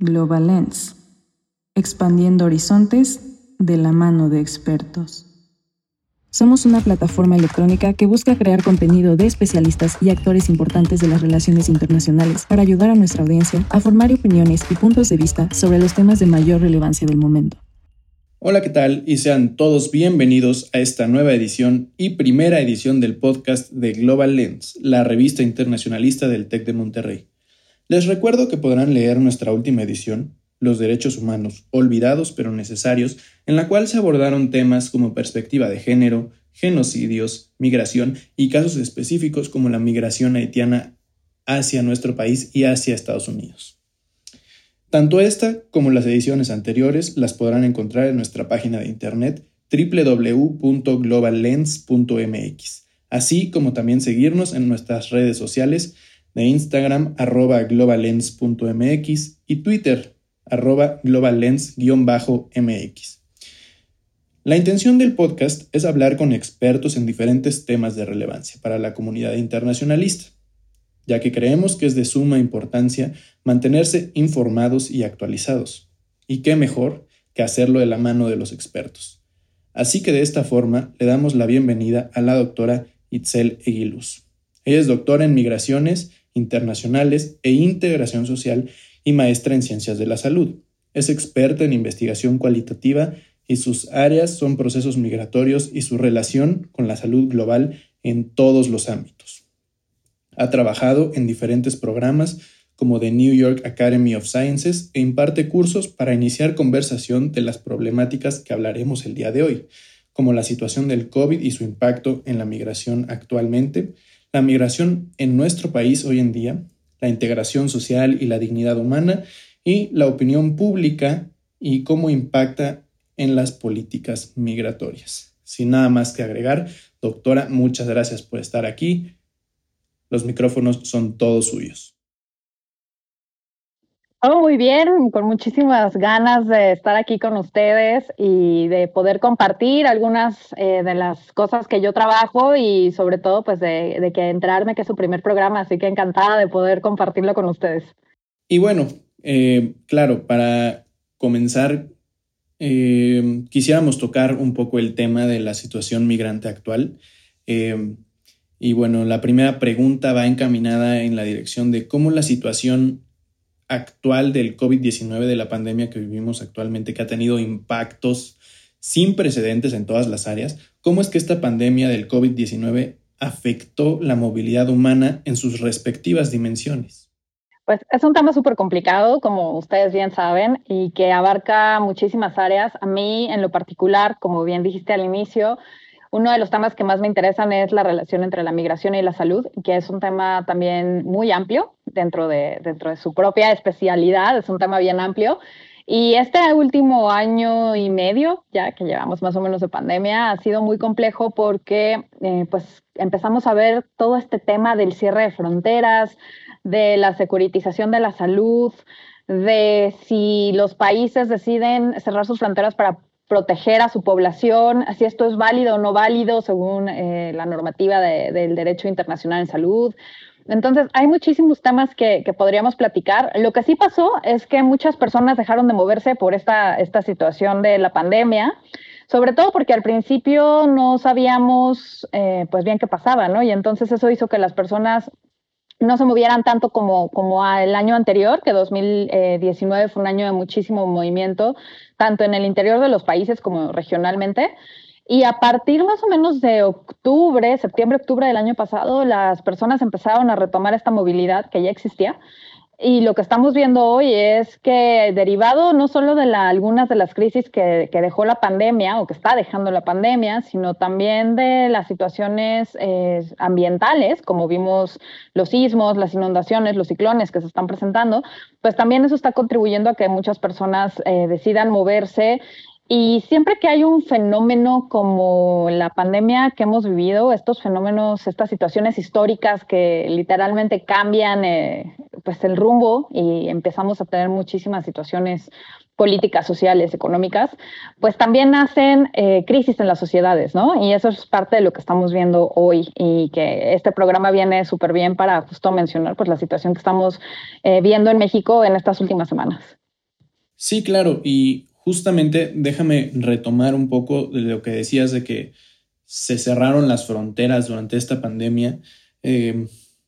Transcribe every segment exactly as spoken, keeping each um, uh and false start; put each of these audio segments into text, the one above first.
Global Lens, expandiendo horizontes de la mano de expertos. Somos una plataforma electrónica que busca crear contenido de especialistas y actores importantes de las relaciones internacionales para ayudar a nuestra audiencia a formar opiniones y puntos de vista sobre los temas de mayor relevancia del momento. Hola, ¿qué tal? Y sean todos bienvenidos a esta nueva edición y primera edición del podcast de Global Lens, la revista internacionalista del TEC de Monterrey. Les recuerdo que podrán leer nuestra última edición, Los derechos humanos, olvidados pero necesarios, en la cual se abordaron temas como perspectiva de género, genocidios, migración y casos específicos como la migración haitiana hacia nuestro país y hacia Estados Unidos. Tanto esta como las ediciones anteriores las podrán encontrar en nuestra página de internet doble u doble u doble u punto global lens punto m x, así como también seguirnos en nuestras redes sociales de Instagram arroba globallens punto m x y Twitter arroba globallens guión bajo m x. La intención del podcast es hablar con expertos en diferentes temas de relevancia para la comunidad internacionalista, ya que creemos que es de suma importancia mantenerse informados y actualizados. Y qué mejor que hacerlo de la mano de los expertos. Así que de esta forma le damos la bienvenida a la doctora Itzel Eguiluz. Ella es doctora en Migraciones Internacionales e Integración Social y maestra en Ciencias de la Salud. Es experta en investigación cualitativa y sus áreas son procesos migratorios y su relación con la salud global en todos los ámbitos. Ha trabajado en diferentes programas como The New York Academy of Sciences e imparte cursos para iniciar conversación de las problemáticas que hablaremos el día de hoy, como la situación del COVID y su impacto en la migración actualmente, la migración en nuestro país hoy en día, la integración social y la dignidad humana, y la opinión pública y cómo impacta en las políticas migratorias. Sin nada más que agregar, doctora, muchas gracias por estar aquí. Los micrófonos son todos suyos. Oh, muy bien, con muchísimas ganas de estar aquí con ustedes y de poder compartir algunas eh, de las cosas que yo trabajo y sobre todo pues de, de que enterarme que es su primer programa, así que encantada de poder compartirlo con ustedes. Y bueno, eh, claro, para comenzar, eh, quisiéramos tocar un poco el tema de la situación migrante actual. Eh, y bueno, la primera pregunta va encaminada en la dirección de cómo la situación actual del COVID diecinueve, de la pandemia que vivimos actualmente, que ha tenido impactos sin precedentes en todas las áreas, ¿cómo es que esta pandemia del COVID diecinueve afectó la movilidad humana en sus respectivas dimensiones? Pues es un tema súper complicado, como ustedes bien saben, y que abarca muchísimas áreas. A mí, en lo particular, como bien dijiste al inicio, uno de los temas que más me interesan es la relación entre la migración y la salud, que es un tema también muy amplio dentro de, dentro de su propia especialidad, es un tema bien amplio. Y este último año y medio, ya que llevamos más o menos de pandemia, ha sido muy complejo porque eh, pues empezamos a ver todo este tema del cierre de fronteras, de la securitización de la salud, de si los países deciden cerrar sus fronteras para proteger a su población, si esto es válido o no válido según eh, la normativa de, del derecho internacional en salud. Entonces, hay muchísimos temas que, que podríamos platicar. Lo que sí pasó es que muchas personas dejaron de moverse por esta, esta situación de la pandemia, sobre todo porque al principio no sabíamos eh, pues bien qué pasaba, ¿no? Y entonces eso hizo que las personas no se movieran tanto como, como el año anterior, que dos mil diecinueve fue un año de muchísimo movimiento, tanto en el interior de los países como regionalmente. Y a partir más o menos de octubre, septiembre, octubre del año pasado, las personas empezaron a retomar esta movilidad que ya existía. Y lo que estamos viendo hoy es que derivado no solo de la, algunas de las crisis que, que dejó la pandemia o que está dejando la pandemia, sino también de las situaciones eh, ambientales, como vimos los sismos, las inundaciones, los ciclones que se están presentando, pues también eso está contribuyendo a que muchas personas eh, decidan moverse. Y siempre que hay un fenómeno como la pandemia que hemos vivido, estos fenómenos, estas situaciones históricas que literalmente cambian eh, pues el rumbo y empezamos a tener muchísimas situaciones políticas, sociales, económicas, pues también hacen eh, crisis en las sociedades, ¿no? Y eso es parte de lo que estamos viendo hoy y que este programa viene súper bien para justo mencionar pues la situación que estamos eh, viendo en México en estas últimas semanas. Sí, claro, y justamente déjame retomar un poco de lo que decías de que se cerraron las fronteras durante esta pandemia. Eh,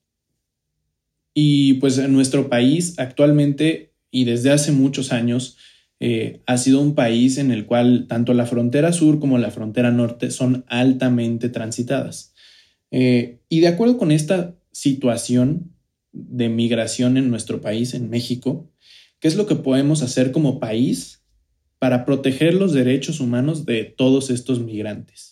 y pues en nuestro país actualmente y desde hace muchos años eh, ha sido un país en el cual tanto la frontera sur como la frontera norte son altamente transitadas. Eh, y de acuerdo con esta situación de migración en nuestro país, en México, ¿qué es lo que podemos hacer como país para proteger los derechos humanos de todos estos migrantes?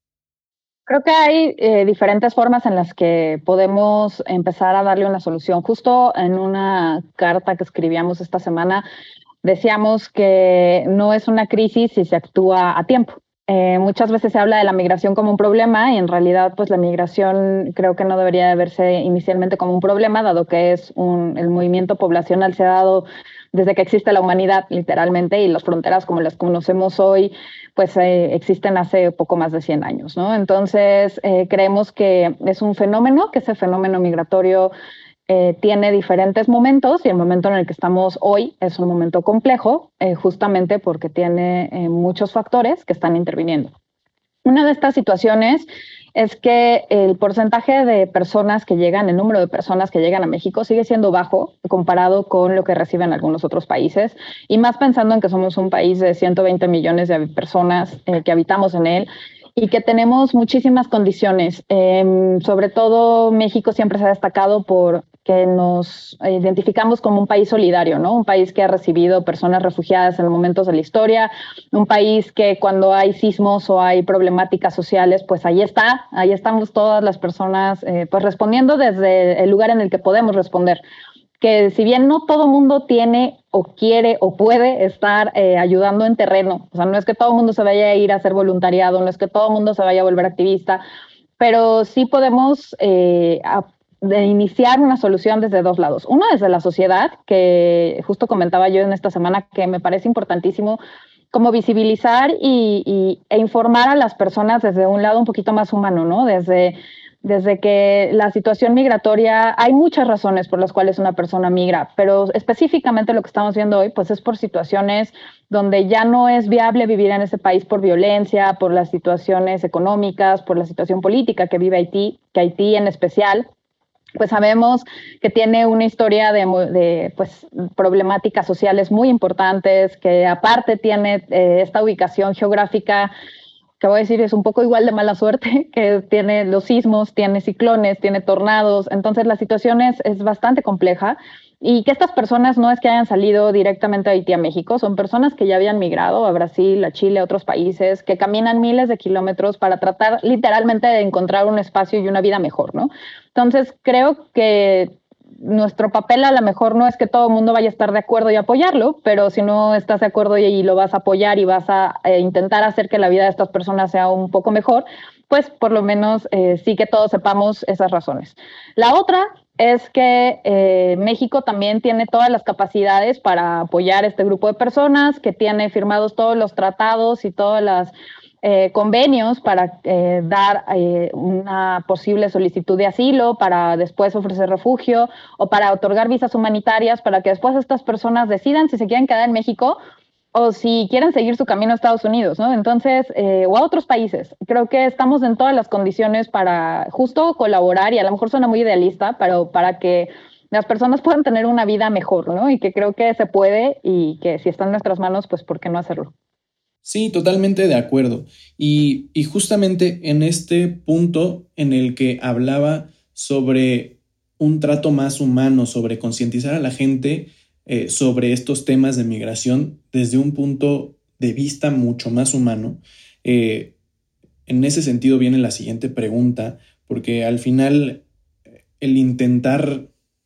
Creo que hay eh, diferentes formas en las que podemos empezar a darle una solución. Justo en una carta que escribíamos esta semana, decíamos que no es una crisis si se actúa a tiempo. Eh, muchas veces se habla de la migración como un problema y en realidad pues la migración creo que no debería de verse inicialmente como un problema, dado que es un, el movimiento poblacional se ha dado desde que existe la humanidad literalmente y las fronteras como las conocemos hoy pues eh, existen hace poco más de cien años, ¿no? Entonces eh, creemos que es un fenómeno, que ese fenómeno migratorio Eh, tiene diferentes momentos y el momento en el que estamos hoy es un momento complejo, eh, justamente porque tiene eh, muchos factores que están interviniendo. Una de estas situaciones es que el porcentaje de personas que llegan, el número de personas que llegan a México sigue siendo bajo comparado con lo que reciben algunos otros países y más pensando en que somos un país de ciento veinte millones de personas eh, que habitamos en él y que tenemos muchísimas condiciones. Eh, sobre todo México siempre se ha destacado por que nos identificamos como un país solidario, ¿no? Un país que ha recibido personas refugiadas en momentos de la historia, un país que cuando hay sismos o hay problemáticas sociales, pues ahí está, ahí estamos todas las personas eh, pues respondiendo desde el lugar en el que podemos responder. Que si bien no todo mundo tiene o quiere o puede estar eh, ayudando en terreno, o sea, no es que todo mundo se vaya a ir a hacer voluntariado, no es que todo mundo se vaya a volver activista, pero sí podemos eh, a, de iniciar una solución desde dos lados. Uno, desde la sociedad, que justo comentaba yo en esta semana que me parece importantísimo como visibilizar y, y, e informar a las personas desde un lado un poquito más humano, ¿no? Desde desde que la situación migratoria, hay muchas razones por las cuales una persona migra, pero específicamente lo que estamos viendo hoy, pues es por situaciones donde ya no es viable vivir en ese país por violencia, por las situaciones económicas, por la situación política que vive Haití, que Haití en especial, pues sabemos que tiene una historia de, de pues, problemáticas sociales muy importantes, que aparte tiene eh, esta ubicación geográfica que voy a decir es un poco igual de mala suerte, que tiene los sismos, tiene ciclones, tiene tornados, entonces la situación es, es bastante compleja y que estas personas no es que hayan salido directamente de Haití a México, son personas que ya habían migrado a Brasil, a Chile, a otros países, que caminan miles de kilómetros para tratar literalmente de encontrar un espacio y una vida mejor, ¿no? Entonces creo que nuestro papel a lo mejor no es que todo el mundo vaya a estar de acuerdo y apoyarlo, pero si no estás de acuerdo y, y lo vas a apoyar y vas a eh, intentar hacer que la vida de estas personas sea un poco mejor, pues por lo menos eh, sí que todos sepamos esas razones. La otra es que eh, México también tiene todas las capacidades para apoyar a este grupo de personas, que tiene firmados todos los tratados y todas las Eh, convenios para eh, dar eh, una posible solicitud de asilo, para después ofrecer refugio o para otorgar visas humanitarias para que después estas personas decidan si se quieren quedar en México o si quieren seguir su camino a Estados Unidos, ¿no? Entonces, eh, o a otros países. Creo que estamos en todas las condiciones para justo colaborar y a lo mejor suena muy idealista, pero para que las personas puedan tener una vida mejor, ¿no? Y que creo que se puede y que si está en nuestras manos, pues ¿por qué no hacerlo? Sí, totalmente de acuerdo. Y, y justamente en este punto en el que hablaba sobre un trato más humano, sobre concientizar a la gente eh, sobre estos temas de migración desde un punto de vista mucho más humano, eh, en ese sentido viene la siguiente pregunta, porque al final el intentar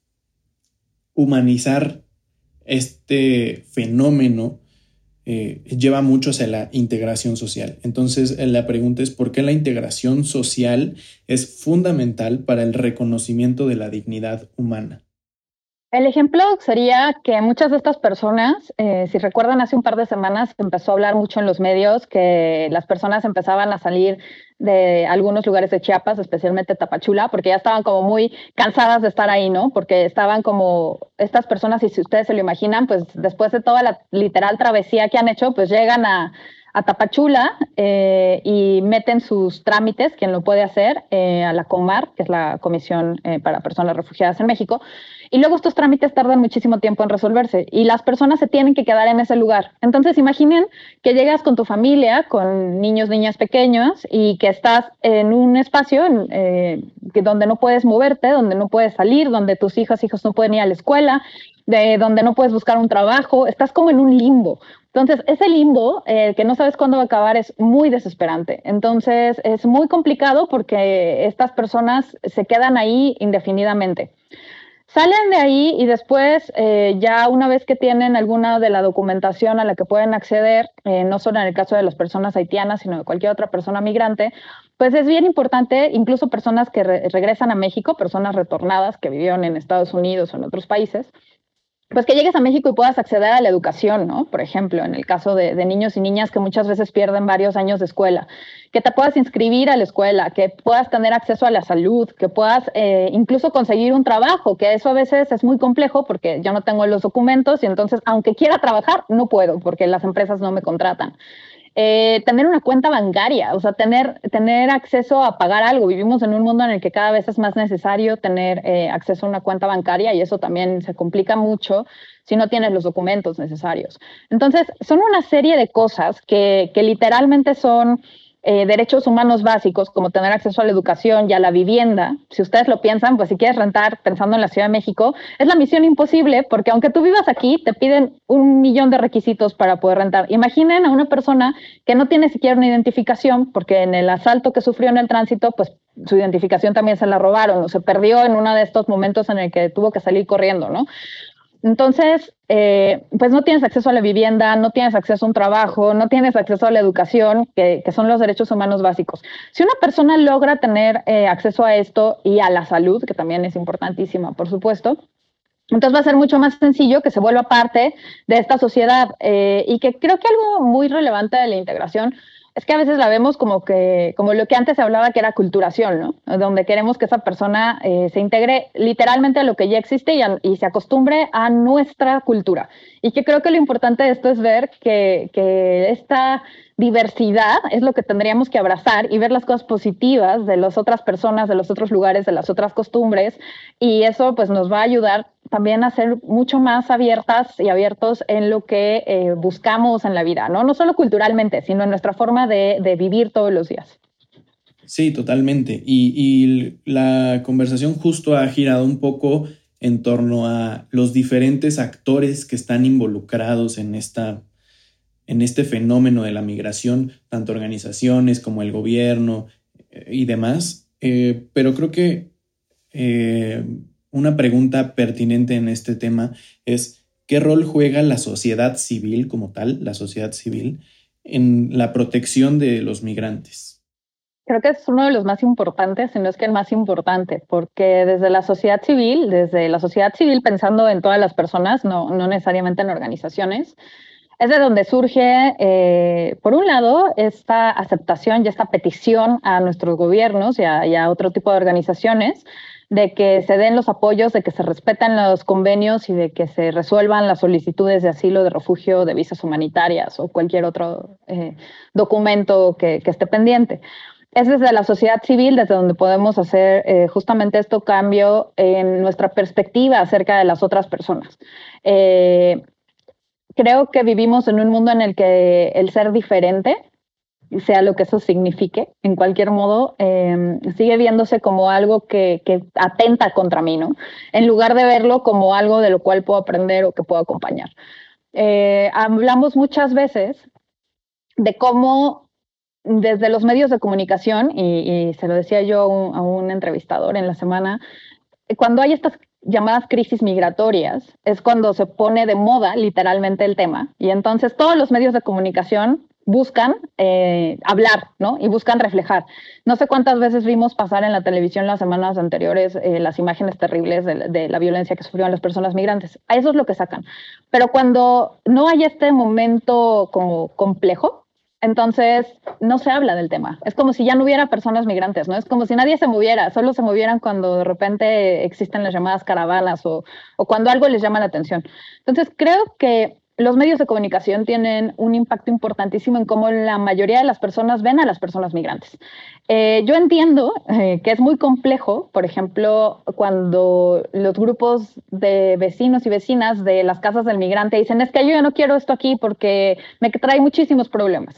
humanizar este fenómeno Eh, lleva mucho hacia la integración social. Entonces, la pregunta es ¿por qué la integración social es fundamental para el reconocimiento de la dignidad humana? El ejemplo sería que muchas de estas personas, eh, si recuerdan, hace un par de semanas empezó a hablar mucho en los medios que las personas empezaban a salir de algunos lugares de Chiapas, especialmente Tapachula, porque ya estaban como muy cansadas de estar ahí, ¿no? Porque estaban como estas personas, y si ustedes se lo imaginan, pues después de toda la literal travesía que han hecho, pues llegan a, a Tapachula eh, y meten sus trámites, quien lo puede hacer, eh, a la COMAR, que es la Comisión eh, para Personas Refugiadas en México, y luego estos trámites tardan muchísimo tiempo en resolverse y las personas se tienen que quedar en ese lugar. Entonces imaginen que llegas con tu familia, con niños, niñas pequeños, y que estás en un espacio en, eh, que donde no puedes moverte, donde no puedes salir, donde tus hijas, hijos no pueden ir a la escuela, de donde no puedes buscar un trabajo, estás como en un limbo. Entonces, ese limbo, eh, que no sabes cuándo va a acabar, es muy desesperante. Entonces, es muy complicado porque estas personas se quedan ahí indefinidamente. Salen de ahí y después, eh, ya una vez que tienen alguna de la documentación a la que pueden acceder, eh, no solo en el caso de las personas haitianas, sino de cualquier otra persona migrante, pues es bien importante, incluso personas que re regresan a México, personas retornadas que vivieron en Estados Unidos o en otros países, pues que llegues a México y puedas acceder a la educación, ¿no? Por ejemplo, en el caso de, de niños y niñas que muchas veces pierden varios años de escuela, que te puedas inscribir a la escuela, que puedas tener acceso a la salud, que puedas eh, incluso conseguir un trabajo, que eso a veces es muy complejo porque yo no tengo los documentos y entonces, aunque quiera trabajar, no puedo porque las empresas no me contratan. Eh, tener una cuenta bancaria, o sea, tener, tener acceso a pagar algo. Vivimos en un mundo en el que cada vez es más necesario tener eh, acceso a una cuenta bancaria y eso también se complica mucho si no tienes los documentos necesarios. Entonces, son una serie de cosas que, que literalmente son eh, derechos humanos básicos, como tener acceso a la educación y a la vivienda. Si ustedes lo piensan, pues si quieres rentar pensando en la Ciudad de México, es la misión imposible porque aunque tú vivas aquí, te piden un millón de requisitos para poder rentar. Imaginen a una persona que no tiene siquiera una identificación porque en el asalto que sufrió en el tránsito, pues su identificación también se la robaron o se perdió en uno de estos momentos en el que tuvo que salir corriendo, ¿no? Entonces, eh, pues no tienes acceso a la vivienda, no tienes acceso a un trabajo, no tienes acceso a la educación, que, que son los derechos humanos básicos. Si una persona logra tener eh, acceso a esto y a la salud, que también es importantísima, por supuesto, entonces va a ser mucho más sencillo que se vuelva parte de esta sociedad. Eh, y que creo que algo muy relevante de la integración es que a veces la vemos como que como lo que antes se hablaba que era culturación, ¿no? Donde queremos que esa persona eh, se integre literalmente a lo que ya existe y, a, y se acostumbre a nuestra cultura. Y que creo que lo importante de esto es ver que, que esta diversidad es lo que tendríamos que abrazar y ver las cosas positivas de las otras personas, de los otros lugares, de las otras costumbres, y eso pues nos va a ayudar también a ser mucho más abiertas y abiertos en lo que eh, buscamos en la vida, ¿no? No solo culturalmente, sino en nuestra forma de, de vivir todos los días. Sí, totalmente. Y, y la conversación justo ha girado un poco en torno a los diferentes actores que están involucrados en esta en este fenómeno de la migración, tanto organizaciones como el gobierno eh, y demás. Eh, pero creo que eh, una pregunta pertinente en este tema es ¿qué rol juega la sociedad civil como tal, la sociedad civil, en la protección de los migrantes? Creo que es uno de los más importantes, si no es que el más importante, porque desde la sociedad civil, desde la sociedad civil pensando en todas las personas, no, no necesariamente en organizaciones, es de donde surge, eh, por un lado, esta aceptación y esta petición a nuestros gobiernos y a, y a otro tipo de organizaciones de que se den los apoyos, de que se respeten los convenios y de que se resuelvan las solicitudes de asilo, de refugio, de visas humanitarias o cualquier otro eh, documento que, que esté pendiente. Es desde la sociedad civil desde donde podemos hacer eh, justamente este cambio en nuestra perspectiva acerca de las otras personas. Eh, Creo que vivimos en un mundo en el que el ser diferente, sea lo que eso signifique, en cualquier modo, eh, sigue viéndose como algo que, que atenta contra mí, ¿no? En lugar de verlo como algo de lo cual puedo aprender o que puedo acompañar. Eh, hablamos muchas veces de cómo desde los medios de comunicación, y, y se lo decía yo a un, a un entrevistador en la semana, cuando hay estas llamadas crisis migratorias, es cuando se pone de moda literalmente el tema. Y entonces todos los medios de comunicación buscan eh, hablar, ¿no? Y buscan reflejar. No sé cuántas veces vimos pasar en la televisión las semanas anteriores eh, las imágenes terribles de, de la violencia que sufrieron las personas migrantes. A eso es lo que sacan. Pero cuando no hay este momento como complejo, entonces no se habla del tema. Es como si ya no hubiera personas migrantes, ¿no? Es como si nadie se moviera, solo se movieran cuando de repente existen las llamadas caravanas o, o cuando algo les llama la atención. Entonces creo que los medios de comunicación tienen un impacto importantísimo en cómo la mayoría de las personas ven a las personas migrantes. Eh, yo entiendo eh, que es muy complejo, por ejemplo, cuando los grupos de vecinos y vecinas de las casas del migrante dicen, es que yo ya no quiero esto aquí porque me trae muchísimos problemas.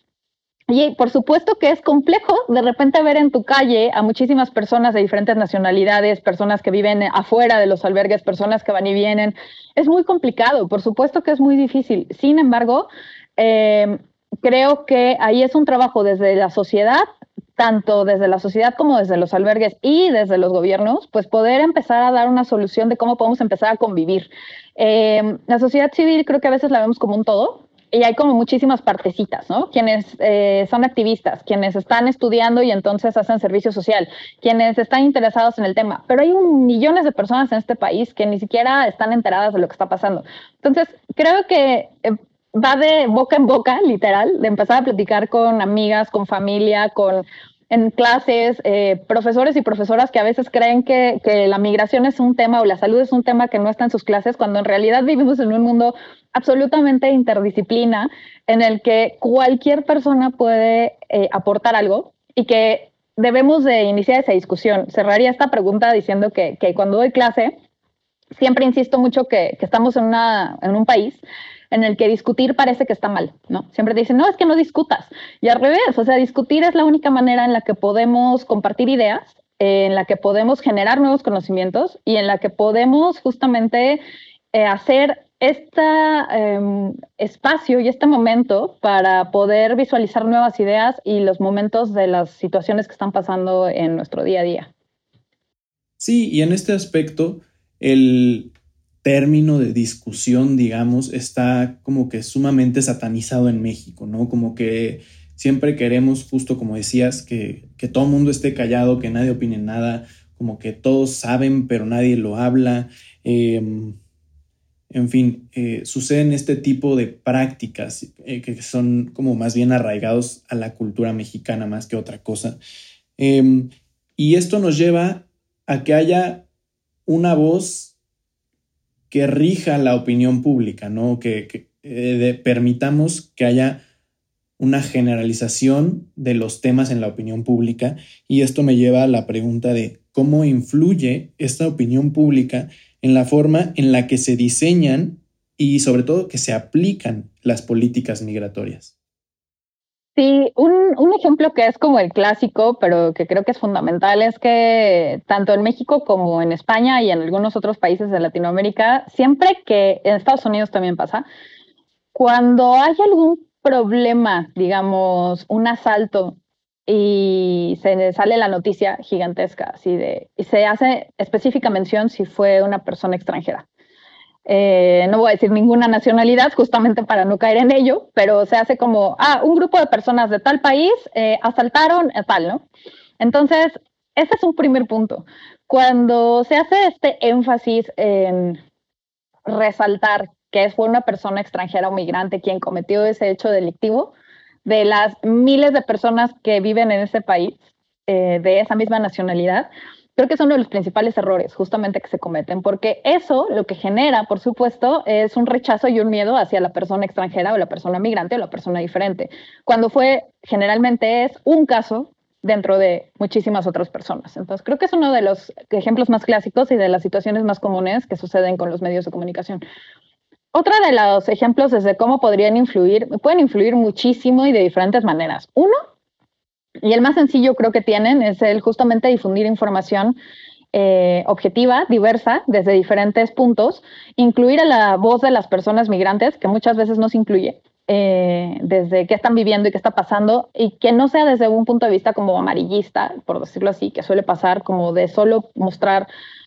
Y por supuesto que es complejo de repente ver en tu calle a muchísimas personas de diferentes nacionalidades, personas que viven afuera de los albergues, personas que van y vienen. Es muy complicado, por supuesto que es muy difícil. Sin embargo, eh, creo que ahí es un trabajo desde la sociedad, tanto desde la sociedad como desde los albergues y desde los gobiernos, pues poder empezar a dar una solución de cómo podemos empezar a convivir. Eh, la sociedad civil creo que a veces la vemos como un todo, y hay como muchísimas partecitas, ¿no? Quienes eh, son activistas, quienes están estudiando y entonces hacen servicio social, quienes están interesados en el tema, pero hay un, millones de personas en este país que ni siquiera están enteradas de lo que está pasando. Entonces, creo que eh, va de boca en boca, literal, de empezar a platicar con amigas, con familia, con en clases, eh, profesores y profesoras que a veces creen que, que la migración es un tema o la salud es un tema que no está en sus clases, cuando en realidad vivimos en un mundo absolutamente interdisciplina en el que cualquier persona puede eh, aportar algo y que debemos de iniciar esa discusión. Cerraría esta pregunta diciendo que, que cuando doy clase siempre insisto mucho que, que estamos en, una, en un país en el que discutir parece que está mal, ¿no? Siempre te dicen, no, es que no discutas. Y al revés, o sea, discutir es la única manera en la que podemos compartir ideas, eh, en la que podemos generar nuevos conocimientos y en la que podemos justamente eh, hacer este eh, espacio y este momento para poder visualizar nuevas ideas y los momentos de las situaciones que están pasando en nuestro día a día. Sí, y en este aspecto, el término de discusión, digamos, está como que sumamente satanizado en México, ¿no? Como que siempre queremos, justo como decías, que, que todo el mundo esté callado, que nadie opine nada, como que todos saben, pero nadie lo habla. Eh, en fin, eh, suceden este tipo de prácticas eh, que son como más bien arraigados a la cultura mexicana más que otra cosa. Eh, y esto nos lleva a que haya una voz que rija la opinión pública, ¿no? Que, que eh, de, permitamos que haya una generalización de los temas en la opinión pública, y esto me lleva a la pregunta de cómo influye esta opinión pública en la forma en la que se diseñan y sobre todo que se aplican las políticas migratorias. Sí, un, un ejemplo que es como el clásico, pero que creo que es fundamental, es que tanto en México como en España y en algunos otros países de Latinoamérica, siempre que en Estados Unidos también pasa, cuando hay algún problema, digamos, un asalto y se sale la noticia gigantesca, así de, y se hace específica mención si fue una persona extranjera. Eh, no voy a decir ninguna nacionalidad justamente para no caer en ello, pero se hace como, ah, un grupo de personas de tal país eh, asaltaron a tal, ¿no? Entonces, ese es un primer punto. Cuando se hace este énfasis en resaltar que fue una persona extranjera o migrante quien cometió ese hecho delictivo, de las miles de personas que viven en ese país, eh, de esa misma nacionalidad, creo que es uno de los principales errores justamente que se cometen, porque eso lo que genera, por supuesto, es un rechazo y un miedo hacia la persona extranjera o la persona migrante o la persona diferente, cuando fue, generalmente es un caso dentro de muchísimas otras personas. Entonces, creo que es uno de los ejemplos más clásicos y de las situaciones más comunes que suceden con los medios de comunicación. Otro de los ejemplos es de cómo podrían influir, pueden influir muchísimo y de diferentes maneras. Uno, y el más sencillo creo que tienen, es el justamente difundir información eh, objetiva, diversa, desde diferentes puntos, incluir a la voz de las personas migrantes, que muchas veces no se incluye, eh, desde qué están viviendo y qué está pasando, y que no sea desde un punto de vista como amarillista, por decirlo así, que suele pasar como de solo mostrar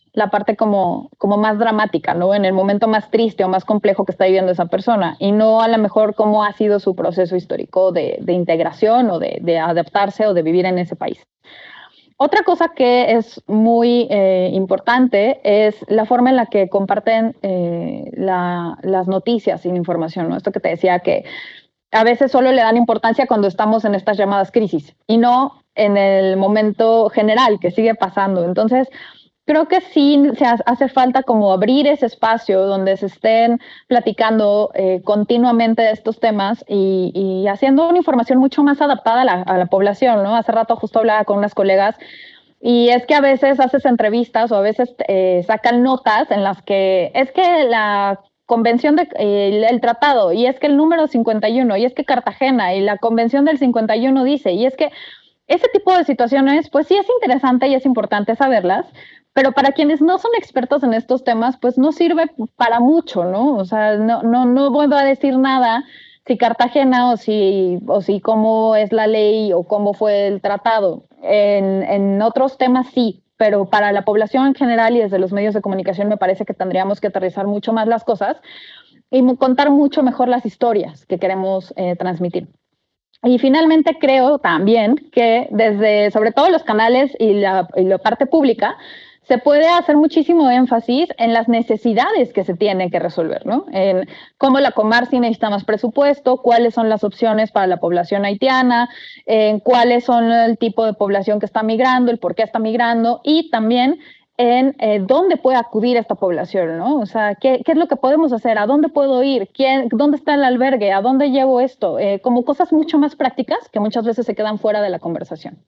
la parte como, como más dramática, ¿no? En el momento más triste o más complejo que está viviendo esa persona, y no a lo mejor cómo ha sido su proceso histórico de, de integración o de, de adaptarse o de vivir en ese país. Otra cosa que es muy eh, importante es la forma en la que comparten eh, la, las noticias y la información, ¿no? Esto que te decía, que a veces solo le dan importancia cuando estamos en estas llamadas crisis y no en el momento general que sigue pasando. Entonces, creo que sí se hace falta como abrir ese espacio donde se estén platicando eh, continuamente de estos temas y, y haciendo una información mucho más adaptada a la, a la población, ¿no? Hace rato justo hablaba con unas colegas y es que a veces haces entrevistas o a veces eh, sacan notas en las que es que la convención del de, eh, tratado, y es que el número cincuenta y uno, y es que Cartagena, y la convención del cincuenta y uno dice, y es que ese tipo de situaciones, pues sí es interesante y es importante saberlas, pero para quienes no son expertos en estos temas, pues no sirve para mucho, ¿no? O sea, no, no, no voy a decir nada si Cartagena o si, o si cómo es la ley o cómo fue el tratado. En, en otros temas sí, pero para la población en general y desde los medios de comunicación me parece que tendríamos que aterrizar mucho más las cosas y contar mucho mejor las historias que queremos eh, transmitir. Y finalmente creo también que desde, sobre todo los canales y la, y la parte pública, se puede hacer muchísimo énfasis en las necesidades que se tienen que resolver, ¿no? En cómo la Comarsi necesita más presupuesto, cuáles son las opciones para la población haitiana, en cuáles son el tipo de población que está migrando, el por qué está migrando, y también en eh, dónde puede acudir esta población, ¿no? O sea, ¿qué, qué es lo que podemos hacer? ¿A dónde puedo ir? ¿Quién, ¿Dónde está el albergue? ¿A dónde llevo esto? Eh, como cosas mucho más prácticas que muchas veces se quedan fuera de la conversación.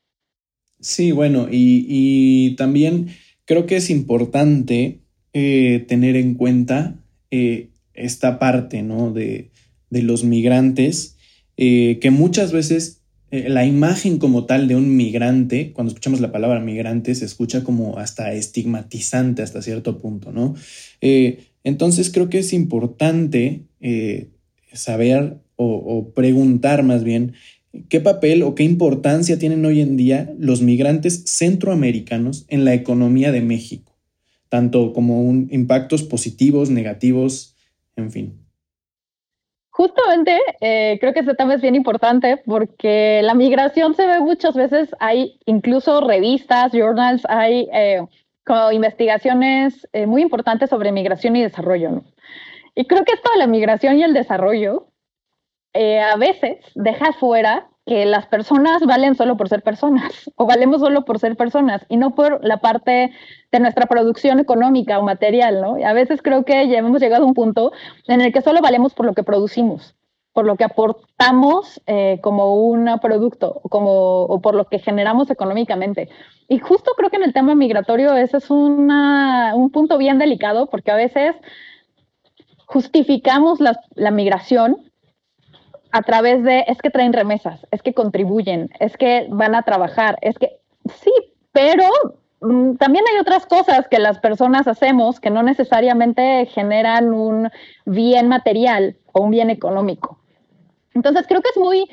Sí, bueno, y, y también creo que es importante eh, tener en cuenta eh, esta parte, ¿no? de, de los migrantes, eh, que muchas veces eh, la imagen como tal de un migrante, cuando escuchamos la palabra migrante, se escucha como hasta estigmatizante hasta cierto punto, ¿no? Eh, entonces creo que es importante eh, saber o, o preguntar más bien ¿qué papel o qué importancia tienen hoy en día los migrantes centroamericanos en la economía de México? Tanto como un, impactos positivos, negativos, en fin. Justamente, eh, creo que ese tema es bien importante porque la migración se ve muchas veces, hay incluso revistas, journals, hay eh, como investigaciones eh, muy importantes sobre migración y desarrollo, ¿no? Y creo que esto de la migración y el desarrollo eh, a veces deja fuera que las personas valen solo por ser personas o valemos solo por ser personas y no por la parte de nuestra producción económica o material, ¿no? Y a veces creo que ya hemos llegado a un punto en el que solo valemos por lo que producimos, por lo que aportamos eh, como un producto como, o por lo que generamos económicamente. Y justo creo que en el tema migratorio ese es una, un punto bien delicado porque a veces justificamos la, la migración a través de, es que traen remesas, es que contribuyen, es que van a trabajar, es que sí, pero mmm, también hay otras cosas que las personas hacemos que no necesariamente generan un bien material o un bien económico. Entonces creo que es muy,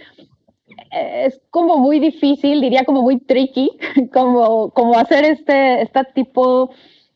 es como muy difícil, diría como muy tricky, como, como hacer este, este tipo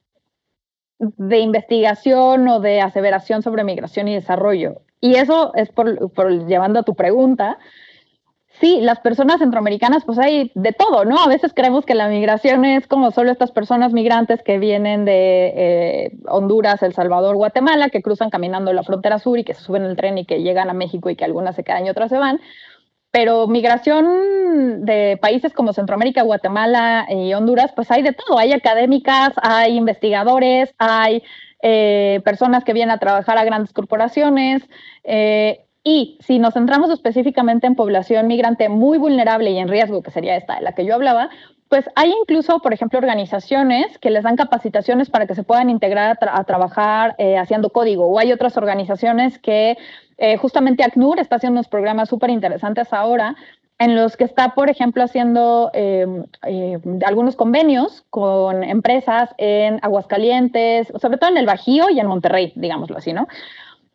de investigación o de aseveración sobre migración y desarrollo. Y eso es por, por llevando a tu pregunta. Sí, las personas centroamericanas, pues hay de todo, ¿no? A veces creemos que la migración es como solo estas personas migrantes que vienen de eh, Honduras, El Salvador, Guatemala, que cruzan caminando la frontera sur y que se suben al tren y que llegan a México y que algunas se quedan y otras se van. Pero migración de países como Centroamérica, Guatemala y Honduras, pues hay de todo. Hay académicas, hay investigadores, hay eh, personas que vienen a trabajar a grandes corporaciones. Eh, y si nos centramos específicamente en población migrante muy vulnerable y en riesgo, que sería esta de la que yo hablaba, pues hay incluso, por ejemplo, organizaciones que les dan capacitaciones para que se puedan integrar a, tra a trabajar eh, haciendo código. O hay otras organizaciones que Eh, justamente ACNUR está haciendo unos programas súper interesantes ahora en los que está, por ejemplo, haciendo eh, eh, algunos convenios con empresas en Aguascalientes, sobre todo en el Bajío y en Monterrey, digámoslo así, ¿no?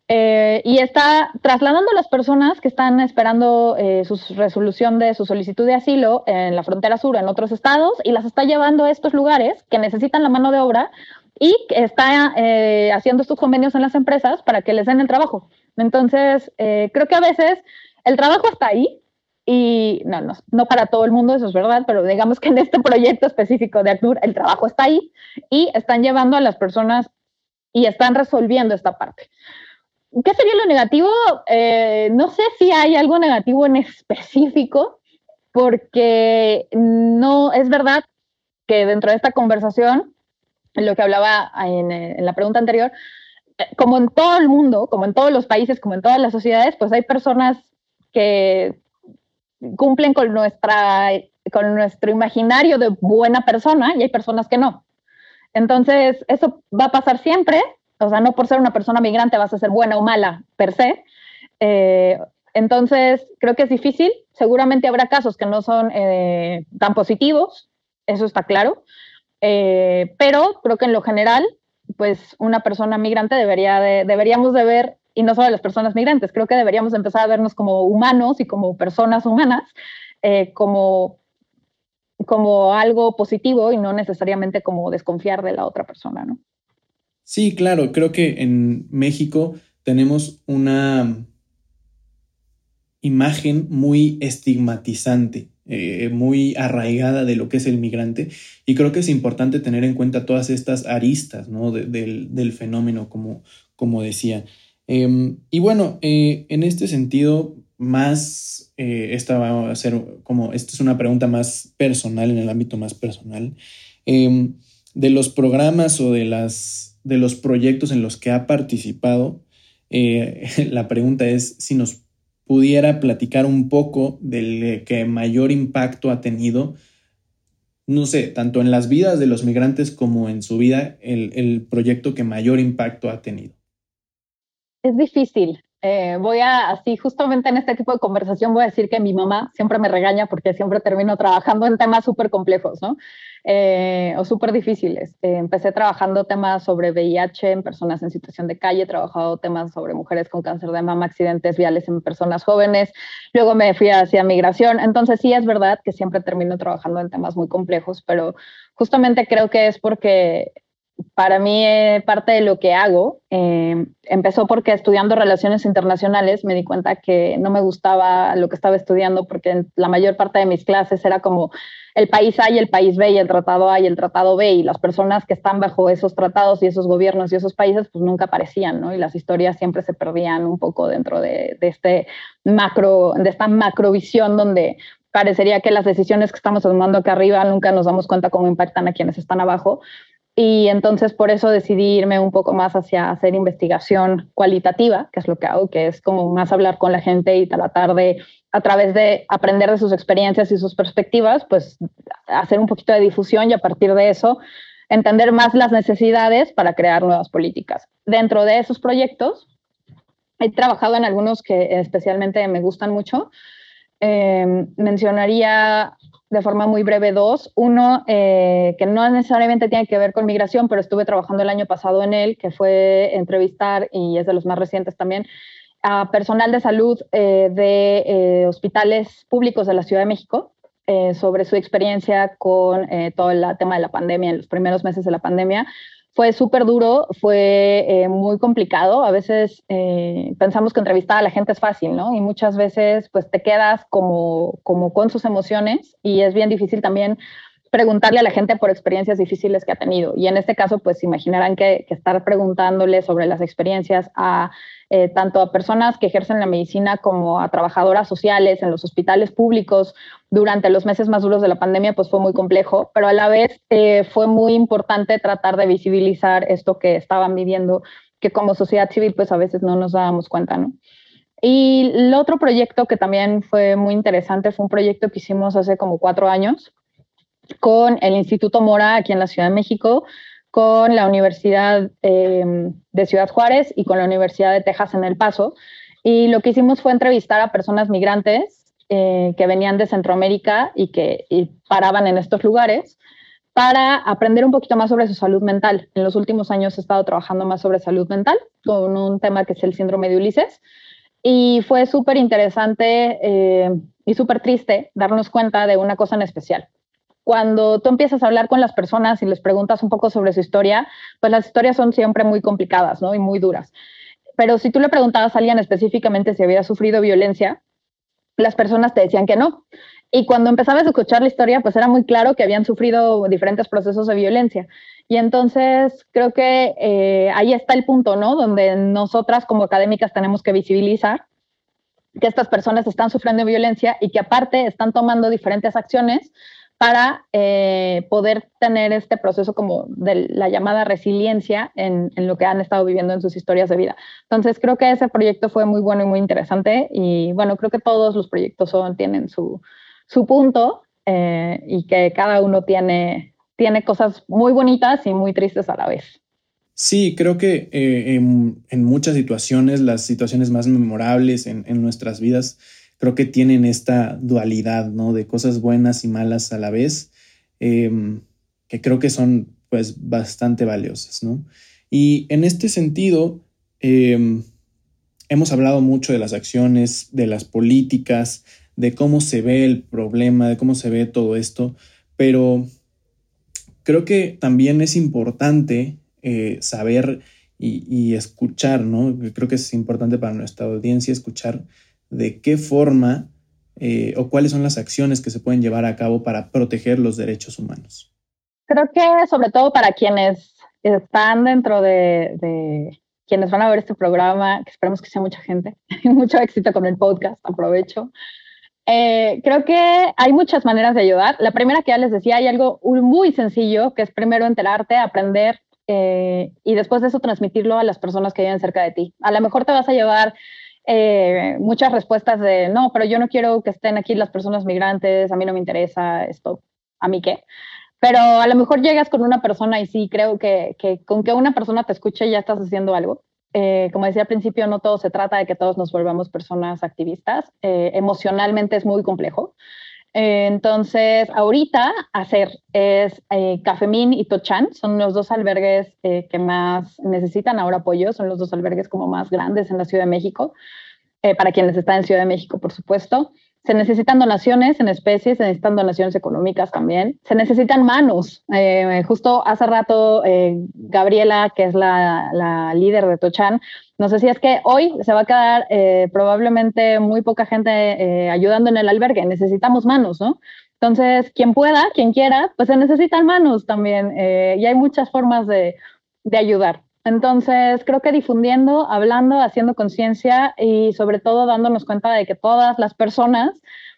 Eh, y está trasladando a las personas que están esperando eh, su resolución de su solicitud de asilo en la frontera sur, en otros estados, y las está llevando a estos lugares que necesitan la mano de obra y está eh, haciendo estos convenios en las empresas para que les den el trabajo. Entonces, eh, creo que a veces el trabajo está ahí y no, no, no para todo el mundo, eso es verdad, pero digamos que en este proyecto específico de ACNUR el trabajo está ahí y están llevando a las personas y están resolviendo esta parte. ¿Qué sería lo negativo? Eh, no sé si hay algo negativo en específico, porque no es verdad que dentro de esta conversación, lo que hablaba en, en la pregunta anterior, como en todo el mundo, como en todos los países, como en todas las sociedades, pues hay personas que cumplen con, nuestra, con nuestro imaginario de buena persona y hay personas que no. Entonces, eso va a pasar siempre. O sea, no por ser una persona migrante vas a ser buena o mala per se. Eh, entonces, creo que es difícil. Seguramente habrá casos que no son eh, tan positivos, eso está claro. Eh, pero creo que en lo general, pues una persona migrante debería de, deberíamos de ver, y no solo las personas migrantes, creo que deberíamos empezar a vernos como humanos y como personas humanas, eh, como, como algo positivo y no necesariamente como desconfiar de la otra persona, ¿no? Sí, claro, creo que en México tenemos una imagen muy estigmatizante, eh, muy arraigada de lo que es el migrante, y creo que es importante tener en cuenta todas estas aristas, ¿no? de, del, del fenómeno, como, como decía. Eh, y bueno, eh, en este sentido, más, eh, esta va a ser como, esta es una pregunta más personal, en el ámbito más personal, eh, de los programas o de las de los proyectos en los que ha participado, eh, la pregunta es si nos pudiera platicar un poco del que mayor impacto ha tenido, no sé, tanto en las vidas de los migrantes como en su vida, el, el proyecto que mayor impacto ha tenido. Es difícil. Eh, voy a, así, justamente en este tipo de conversación voy a decir que mi mamá siempre me regaña porque siempre termino trabajando en temas súper complejos, ¿no? Eh, o súper difíciles. Eh, empecé trabajando temas sobre V I H en personas en situación de calle, he trabajado temas sobre mujeres con cáncer de mama, accidentes viales en personas jóvenes, luego me fui hacia migración. Entonces sí es verdad que siempre termino trabajando en temas muy complejos, pero justamente creo que es porque para mí eh, parte de lo que hago eh, empezó porque estudiando relaciones internacionales me di cuenta que no me gustaba lo que estaba estudiando porque la mayor parte de mis clases era como el país A y el país B y el tratado A y el tratado B y las personas que están bajo esos tratados y esos gobiernos y esos países pues nunca aparecían, ¿no? Y las historias siempre se perdían un poco dentro de, de, este macro, de esta macrovisión donde parecería que las decisiones que estamos tomando acá arriba nunca nos damos cuenta cómo impactan a quienes están abajo. Y entonces por eso decidí irme un poco más hacia hacer investigación cualitativa, que es lo que hago, que es como más hablar con la gente y tratar de, a través de aprender de sus experiencias y sus perspectivas, pues hacer un poquito de difusión y a partir de eso entender más las necesidades para crear nuevas políticas. Dentro de esos proyectos he trabajado en algunos que especialmente me gustan mucho. Eh, mencionaría de forma muy breve dos. Uno, eh, que no necesariamente tiene que ver con migración, pero estuve trabajando el año pasado en él, que fue entrevistar, y es de los más recientes también, a personal de salud eh, de eh, hospitales públicos de la Ciudad de México eh, sobre su experiencia con eh, todo el tema de la pandemia, en los primeros meses de la pandemia. Fue súper duro, fue eh, muy complicado. A veces eh, pensamos que entrevistar a la gente es fácil, ¿no? Y muchas veces pues te quedas como, como con sus emociones y es bien difícil también preguntarle a la gente por experiencias difíciles que ha tenido. Y en este caso, pues imaginarán que, que estar preguntándole sobre las experiencias a eh, tanto a personas que ejercen la medicina como a trabajadoras sociales en los hospitales públicos durante los meses más duros de la pandemia, pues fue muy complejo, pero a la vez eh, fue muy importante tratar de visibilizar esto que estaban viviendo, que como sociedad civil, pues a veces no nos dábamos cuenta, ¿no? Y el otro proyecto que también fue muy interesante fue un proyecto que hicimos hace como cuatro años, con el Instituto Mora aquí en la Ciudad de México, con la Universidad eh, de Ciudad Juárez y con la Universidad de Texas en El Paso. Y lo que hicimos fue entrevistar a personas migrantes eh, que venían de Centroamérica y que y paraban en estos lugares para aprender un poquito más sobre su salud mental. En los últimos años he estado trabajando más sobre salud mental con un tema que es el síndrome de Ulises. Y fue súper interesante eh, y súper triste darnos cuenta de una cosa en especial. Cuando tú empiezas a hablar con las personas y les preguntas un poco sobre su historia, pues las historias son siempre muy complicadas, ¿no? Y muy duras. Pero si tú le preguntabas a alguien específicamente si había sufrido violencia, las personas te decían que no. Y cuando empezabas a escuchar la historia, pues era muy claro que habían sufrido diferentes procesos de violencia. Y entonces creo que eh, ahí está el punto, ¿no? Donde nosotras como académicas tenemos que visibilizar que estas personas están sufriendo violencia y que aparte están tomando diferentes acciones para eh, poder tener este proceso como de la llamada resiliencia en, en lo que han estado viviendo en sus historias de vida. Entonces creo que ese proyecto fue muy bueno y muy interesante y bueno, creo que todos los proyectos son, tienen su, su punto eh, y que cada uno tiene, tiene cosas muy bonitas y muy tristes a la vez. Sí, creo que eh, en, en muchas situaciones, las situaciones más memorables en, en nuestras vidas, creo que tienen esta dualidad, ¿no? De cosas buenas y malas a la vez, eh, que creo que son pues bastante valiosas, ¿no? Y en este sentido, eh, hemos hablado mucho de las acciones, de las políticas, de cómo se ve el problema, de cómo se ve todo esto, pero creo que también es importante eh, saber y, y escuchar, ¿no? Creo que es importante para nuestra audiencia escuchar de qué forma eh, o cuáles son las acciones que se pueden llevar a cabo para proteger los derechos humanos. Creo que sobre todo para quienes están dentro de, de quienes van a ver este programa, que esperemos que sea mucha gente, mucho éxito con el podcast, aprovecho. Eh, creo que hay muchas maneras de ayudar. La primera que ya les decía, hay algo muy sencillo, que es primero enterarte, aprender eh, y después de eso transmitirlo a las personas que viven cerca de ti. A lo mejor te vas a llevar Eh, muchas respuestas de no, pero yo no quiero que estén aquí las personas migrantes, a mí no me interesa esto, ¿a mí qué? Pero a lo mejor llegas con una persona y sí, creo que, que con que una persona te escuche ya estás haciendo algo. Eh, como decía al principio, no todo se trata de que todos nos volvamos personas activistas, eh, emocionalmente es muy complejo. Eh, entonces, ahorita hacer es eh, Cafemín y Tochan, son los dos albergues eh, que más necesitan ahora apoyo, son los dos albergues como más grandes en la Ciudad de México, eh, para quienes están en Ciudad de México, por supuesto. Se necesitan donaciones en especie, se necesitan donaciones económicas también, se necesitan manos. Eh, justo hace rato, eh, Gabriela, que es la, la líder de Tochan, nos decía es que hoy se va a quedar eh, probablemente muy poca gente eh, ayudando en el albergue, necesitamos manos, ¿no? Entonces, quien pueda, quien quiera, pues se necesitan manos también eh, y hay muchas formas de, de ayudar. Entonces, creo que difundiendo, hablando, haciendo conciencia y sobre todo dándonos cuenta de que todas las personas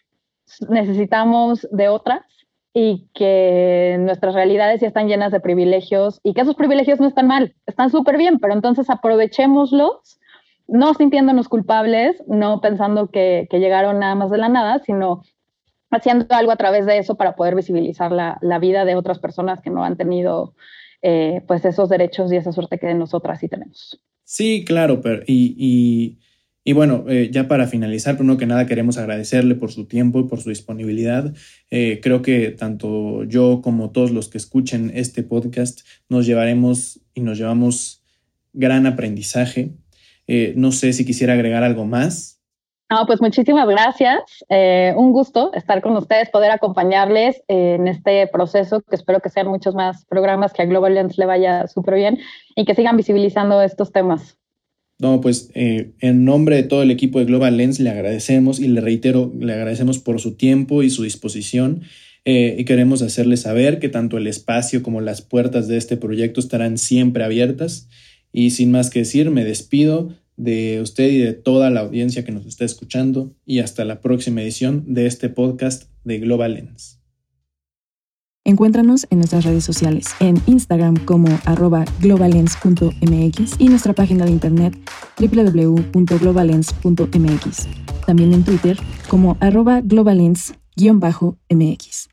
necesitamos de otras y que nuestras realidades ya están llenas de privilegios y que esos privilegios no están mal, están súper bien, pero entonces aprovechémoslos, no sintiéndonos culpables, no pensando que, que llegaron nada más de la nada, sino haciendo algo a través de eso para poder visibilizar la, la vida de otras personas que no han tenido eh, pues esos derechos y esa suerte que nosotras sí tenemos. Sí, claro, pero y, y, y bueno, eh, ya para finalizar, primero que nada queremos agradecerle por su tiempo y por su disponibilidad. Eh, creo que tanto yo como todos los que escuchen este podcast nos llevaremos y nos llevamos gran aprendizaje. Eh, no sé si quisiera agregar algo más. No, pues muchísimas gracias. Eh, un gusto estar con ustedes, poder acompañarles en este proceso, que espero que sean muchos más programas, que a Global Lens le vaya súper bien y que sigan visibilizando estos temas. No, pues eh, en nombre de todo el equipo de Global Lens le agradecemos y le reitero, le agradecemos por su tiempo y su disposición eh, y queremos hacerle saber que tanto el espacio como las puertas de este proyecto estarán siempre abiertas y sin más que decir me despido de usted y de toda la audiencia que nos está escuchando y hasta la próxima edición de este podcast de Global Lens. Encuéntranos en nuestras redes sociales, en Instagram como arroba globalens punto m x y nuestra página de internet doble u doble u doble u punto globalens punto m x. También en Twitter como arroba globalens guión bajo m x.